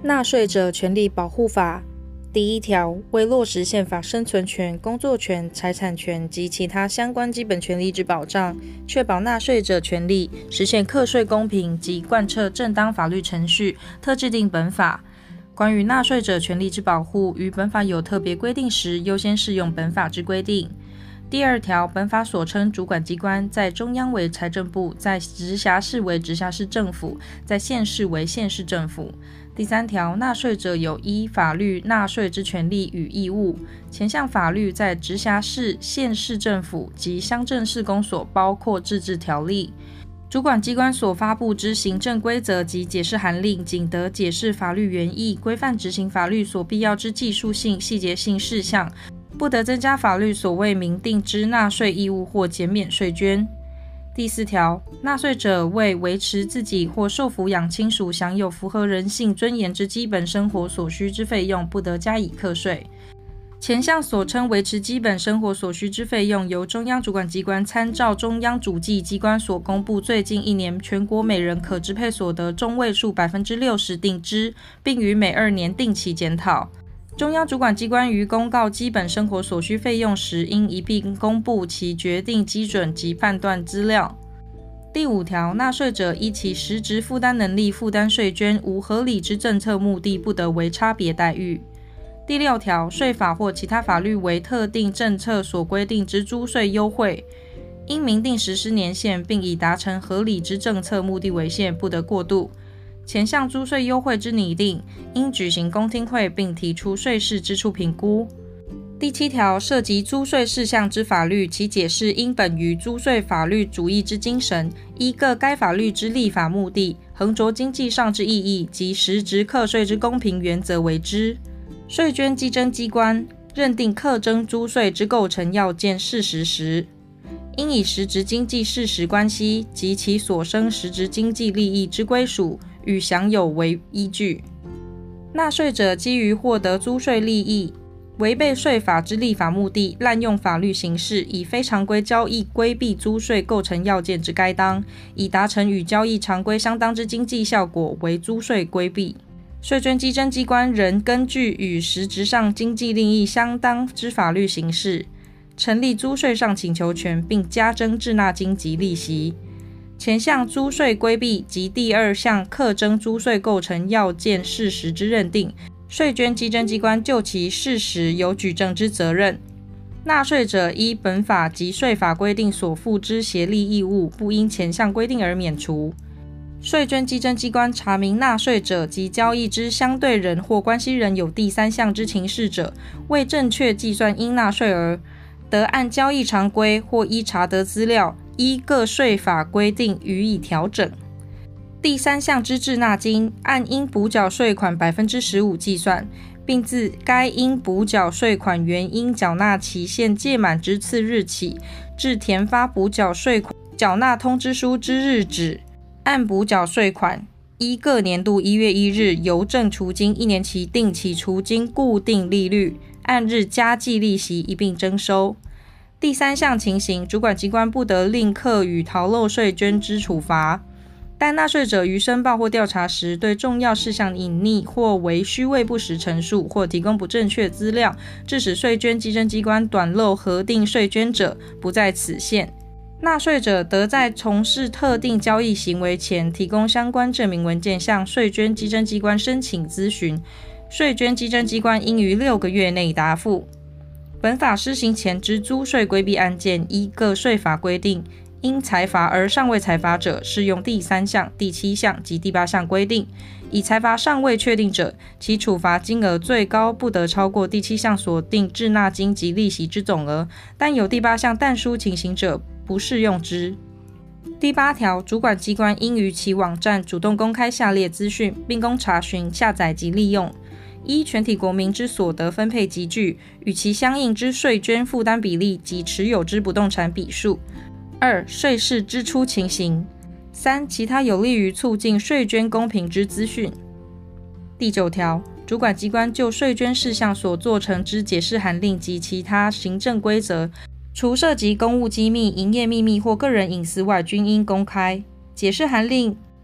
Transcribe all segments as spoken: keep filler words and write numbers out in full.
纳税者权利保护法第一条，为落实宪法生存权、工作权、财产权及其他相关基本权利之保障，确保纳税者权利，实现课税公平及贯彻正当法律程序，特制定本法。关于纳税者权利之保护，于本法有特别规定时，优先适用本法之规定。第二条，本法所称主管机关，在中央为财政部，在直辖市为直辖市政府，在县市为县市政府。第三条，纳税者有依法律纳税之权利与义务。前项法律在直辖市、县市政府及乡镇市公所包括自治条例。主管机关所发布之行政规则及解释函令，仅得解释法律原意，规范执行法律所必要之技术性、细节性事项，不得增加法律所谓明定之纳税义务或减免税捐。第四条，纳税者为维持自己或受抚养亲属享有符合人性尊严之基本生活所需之费用，不得加以课税。前项所称维持基本生活所需之费用，由中央主管机关参照中央主计机关所公布最近一年全国每人可支配所得中位数 百分之六十 定之，并于每二年定期检讨。中央主管机关于公告基本生活所需费用时，应一并公布其决定基准及判断资料。第五条，纳税者依其实质负担能力负担税捐，无合理之政策目的，不得为差别待遇。第六条，税法或其他法律为特定政策所规定之租税优惠，应明定实施年限，并以达成合理之政策目的为限，不得过度。前项租税优惠之拟定，应举行公听会，并提出税事支出评估。第七条，涉及租税事项之法律，其解释应本于租税法律主义之精神，依各该法律之立法目的、衡着经济上之意义及实质课税之公平原则为之。税捐稽征机关认定课征租税之构成要件事实时，应以实质经济事实关系及其所生实质经济利益之归属与享有为依据。纳税者基于获得租税利益，违背税法之立法目的，滥用法律形式，以非常规交易规避租税构成要件之该当，以达成与交易常规相当之经济效果，为租税规避。税捐稽征机关仍根据与实质上经济利益相当之法律形式，成立租税上请求权，并加征滞纳金及利息。前项租税规避及第二项课征租税构成要件事实之认定，税捐稽征机关就其事实有举证之责任。纳税者依本法及税法规定所负之协力义务，不因前项规定而免除。税捐稽征机关查明纳税者及交易之相对人或关系人有第三项之情事者，未正确计算应纳税额，得按交易常规或依查得资料，依各税法规定予以调整。第三项之滞纳金，按应补缴税款 百分之十五 计算，并自该应补缴税款原应缴纳期限届满之次日起，至填发补缴税款缴纳通知书之日止，按补缴税款，依各年度一月一日邮政储金一年期定期储金固定利率，按日加计利息一并征收。第三项情形，主管机关不得另课予逃漏税捐之处罚，但纳税者于申报或调查时，对重要事项隐匿或为虚伪不实陈述，或提供不正确资料，致使税捐稽征机关短漏核定税捐者，不在此限。纳税者得在从事特定交易行为前，提供相关证明文件向税捐稽征机关申请咨询，税捐稽征机关应于六个月内答复。本法施行前之租税规避案件，依各税法规定，因裁罚而尚未裁罚者，适用第三项、第七项及第八项规定；已裁罚尚未确定者，其处罚金额最高不得超过第七项所定滞纳金及利息之总额，但有第八项但书情形者，不适用之。第八条，主管机关应于其网站主动公开下列资讯，并供查询、下载及利用：一、全体国民之所得分配集聚，与其相应之税捐负担比例及持有之不动产笔数；二、税事支出情形；三、其他有利于促进税捐公平之资讯。第九条，主管机关就税捐事项所做成之解释函令及其他行政规则，除涉及公务机密、营业秘密或个人隐私外，均应公开。解释函令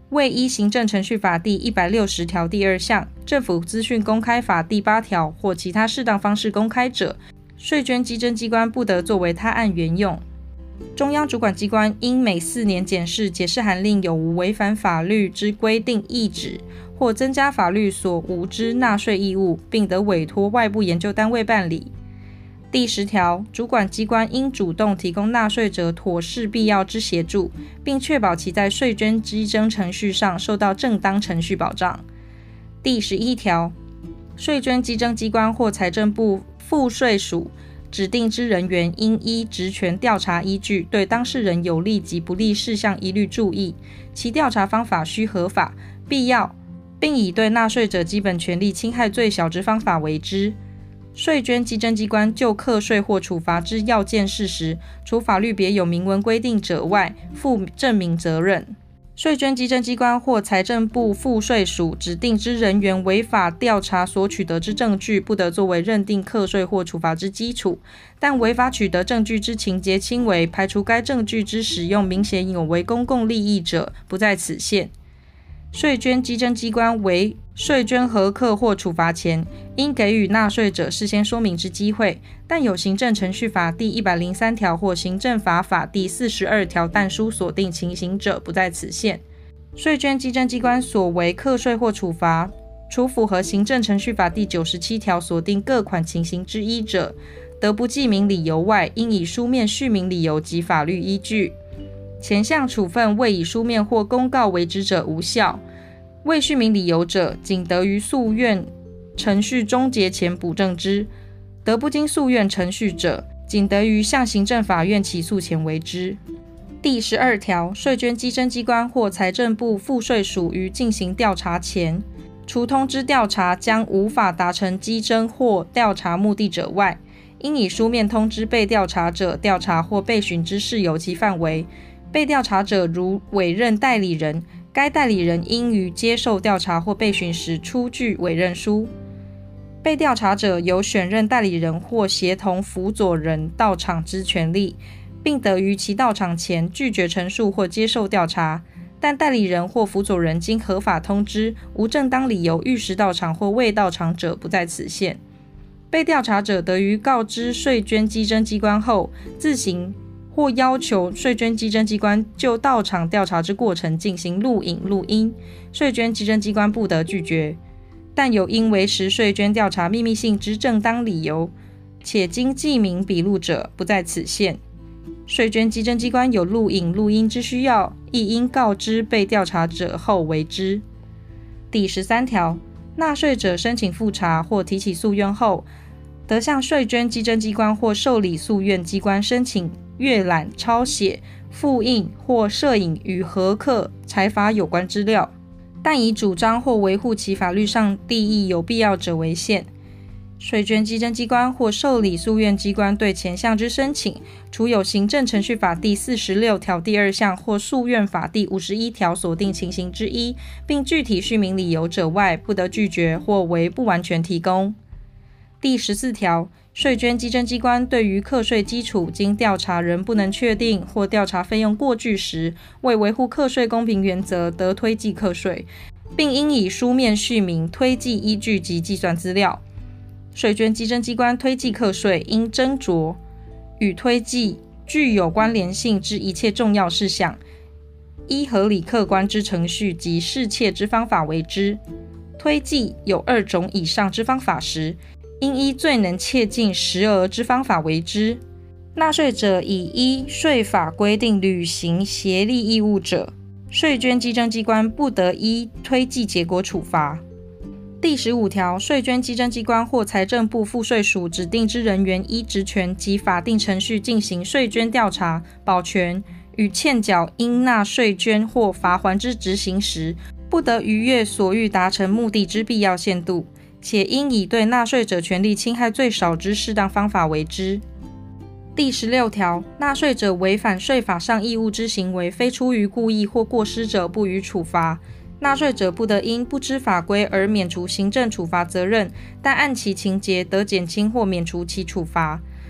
未依行政程序法第一百六十条第二项、政府资讯公开法第八条或其他适当方式公开者，税捐稽征机关不得作为他案原用。中央主管机关应每四年检视解释函令有无违反法律之规定意旨，或增加法律所无之纳税义务，并得委托外部研究单位办理。第十条，主管机关应主动提供纳税者妥适必要之协助，并确保其在税捐稽征程序上受到正当程序保障。第十一条，税捐稽征机关或财政部赋税署指定之人员应依职权调查依据，对当事人有利及不利事项一律注意，其调查方法须合法、必要，并以对纳税者基本权利侵害最小之方法为之。税捐稽征机关就课税或处罚之要件事实，除法律别有明文规定者外，负证明责任。税捐稽征机关或财政部赋税署指定之人员违法调查所取得之证据，不得作为认定课税或处罚之基础，但违法取得证据之情节轻微，排除该证据之使用明显有违公共利益者，不在此限。税捐稽征机关为税捐核课或处罚前，应给予纳税者事先说明之机会，但有行政程序法第一百零三条或行政法法第四十二条但书所定情形者，不在此限。税捐稽征机关所为课税或处罚，除符合行政程序法第九十七条所定各款情形之一者，得不记明理由外，应以书面叙明理由及法律依据。前项处分未以书面或公告为之者无效，未叙明理由者，仅得于诉愿程序终结前补正之；得不经诉愿程序者，仅得于向行政法院起诉前为之。第十二条，税捐稽征机关或财政部赋税署于进行调查前，除通知调查将无法达成稽征或调查目的者外，应以书面通知被调查者调查或备询之事由及范围。被调查者如委任代理人，该代理人应于接受调查或备询时出具委任书。被调查者有选任代理人或协同辅佐人到场之权利，并得于其到场前拒绝陈述或接受调查，但代理人或辅佐人经合法通知，无正当理由逾时到场或未到场者，不在此限。被调查者得于告知税捐稽征机关后，自行或要求税捐稽征机关就到场调查之过程进行录影录音，税捐稽征机关不得拒绝，但有因维持税捐调查秘密性之正当理由，且经记明笔录者，不在此限。税捐稽征机关有录影录音之需要，亦应告知被调查者后为之。第十三条，纳税者申请复查或提起诉愿后，得向税捐稽征机关或受理诉愿机关申请阅览、抄写、复印或摄影与核课财罚有关资料，但以主张或维护其法律上利益有必要者为限。税捐稽征机关或受理诉愿机关对前项之申请，除有行政程序法第四十六条第二项或诉愿法第五十一条所定情形之一，并具体叙明理由者外，不得拒绝或为不完全提供。第十四条，税捐稽征机关对于课税基础经调查仍不能确定或调查费用过巨时，为维护课税公平原则，得推计课税，并应以书面叙明推计依据及计算资料。税捐稽征机关推计课税，应斟酌与推计具有关联性之一切重要事项，依合理客观之程序及适切之方法为之。推计有二种以上之方法时，应依最能切近实额之方法为之。纳税者已依税法规定履行协力义务者，税捐稽征机关不得依推计结果处罚。第十五条，税捐稽征机关或财政部赋税署指定之人员依职权及法定程序进行税捐调查、保全与欠缴应纳税捐或罚锾之执行时，不得逾越所欲达成目的之必要限度，且应以对纳税者权利侵害最少之适当方法为之。第十六条，纳税者违反税法上义务之行为，非出于故意或过失者，不予处罚。纳税者不得因不知法规而免除行政处罚责任，但按其情节得减轻或免除其处罚。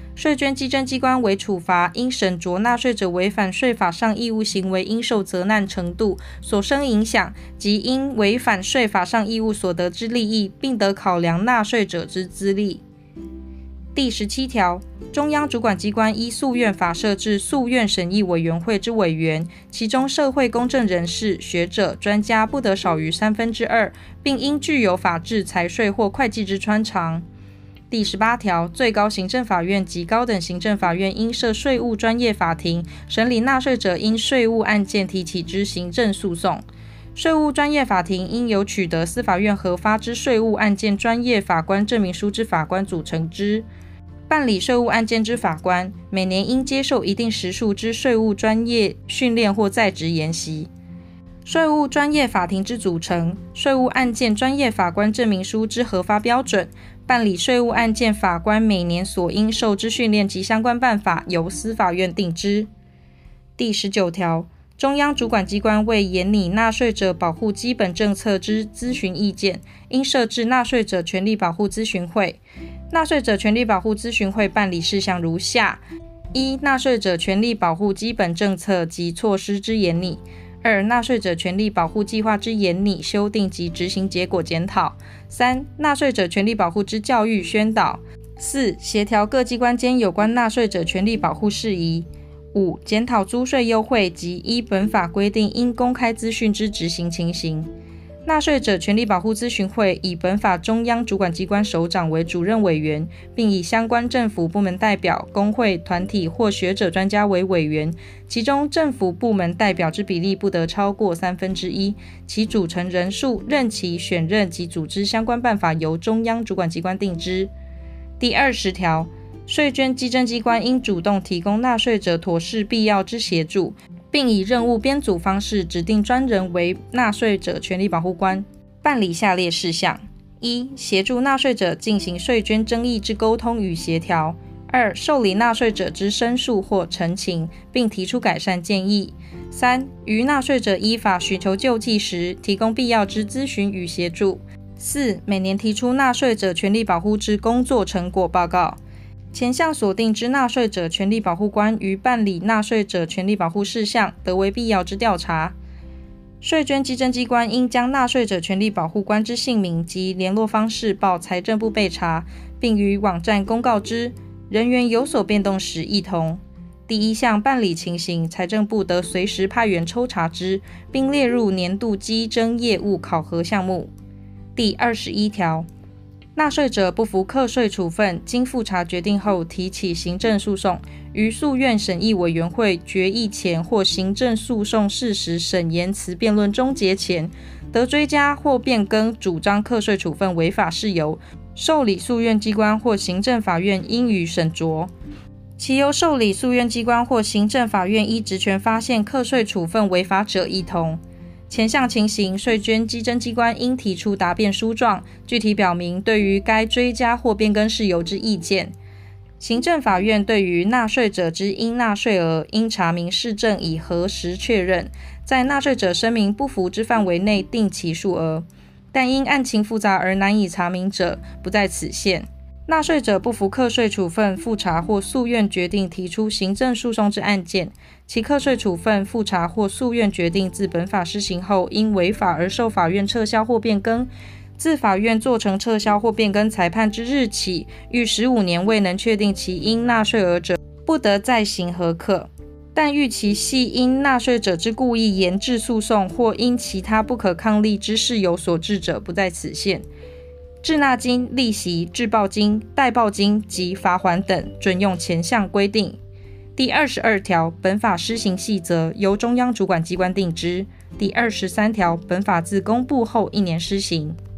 税捐稽征机关为处罚应审酌纳税者违反税法上义务行为应受责难程度所生影响及因违反税法上义务所得之利益，并得考量纳税者之资历。第十七条，中央主管机关依诉愿法设置诉愿审议委员会之委员，其中社会公正人士、学者、专家不得少于三分之二，并应具有法制、财税或会计之专长。第十八条，最高行政法院及高等行政法院应设税务专业法庭，审理纳税者因税务案件提起之行政诉讼。税务专业法庭应由取得司法院核发之税务案件专业法官证明书之法官组成之。办理税务案件之法官，每年应接受一定时数之税务专业训练或在职研习。税务专业法庭之组成，税务案件专业法官证明书之核发标准，办理税务案件法官每年所应受之训练及相关办法，由司法院定之。第十九条，中央主管机关为研拟纳税者保护基本政策之咨询意见，应设置纳税者权利保护咨询会。纳税者权利保护咨询会办理事项如下：一、纳税者权利保护基本政策及措施之研拟；二、纳税者权利保护计划之研拟、修订及执行结果检讨；三、纳税者权利保护之教育宣导；四、协调各机关间有关纳税者权利保护事宜；五、检讨租税优惠及依本法规定应公开资讯之执行情形。纳税者权利保护咨询会以本法中央主管机关首长为主任委员，并以相关政府部门代表、工会、团体或学者专家为委员，其中政府部门代表之比例不得超过三分之一，其组成人数、任期、选任及组织相关办法由中央主管机关定之。第二十条，税捐稽征机关应主动提供纳税者妥适必要之协助，并以任务编组方式指定专人为纳税者权利保护官，办理下列事项：一、协助纳税者进行税捐争议之沟通与协调；二、受理纳税者之申诉或陈情，并提出改善建议；三、于纳税者依法寻求救济时，提供必要之咨询与协助；四、每年提出纳税者权利保护之工作成果报告。前项所定之纳税者权利保护官于办理纳税者权利保护事项，得为必要之调查。税捐稽征机关应将纳税者权利保护官之姓名及联络方式报财政部备查，并于网站公告之，人员有所变动时一同。第一项办理情形，财政部得随时派员抽查之，并列入年度稽征业务考核项目。第二十一条，纳税者不服课税处分，经复查决定后提起行政诉讼，于诉愿审议委员会决议前或行政诉讼事实审言词辩论终结前，得追加或变更主张课税处分违法事由，受理诉愿机关或行政法院应予审酌。其由受理诉愿机关或行政法院依职权发现课税处分违法者一同。前项情形，税捐稽征机关应提出答辩书状，具体表明对于该追加或变更事由之意见。行政法院对于纳税者之应纳税额，应查明事证以核实确认，在纳税者声明不服之范围内定其数额，但因案情复杂而难以查明者，不在此限。纳税者不服课税处分、复查或诉愿决定提出行政诉讼之案件，其课税处分、复查或诉愿决定自本法施行后因违法而受法院撤销或变更，自法院做成撤销或变更裁判之日起，逾十五年未能确定其应纳税额者，不得再行核课。但遇其系因纳税者之故意延滞诉讼，或因其他不可抗力之事由所致者，不在此限。滞纳金、利息、滞报金、代报金及罚锾等，准用前项规定。第二十二条，本法施行细则由中央主管机关定之。第二十三条，本法自公布后一年施行。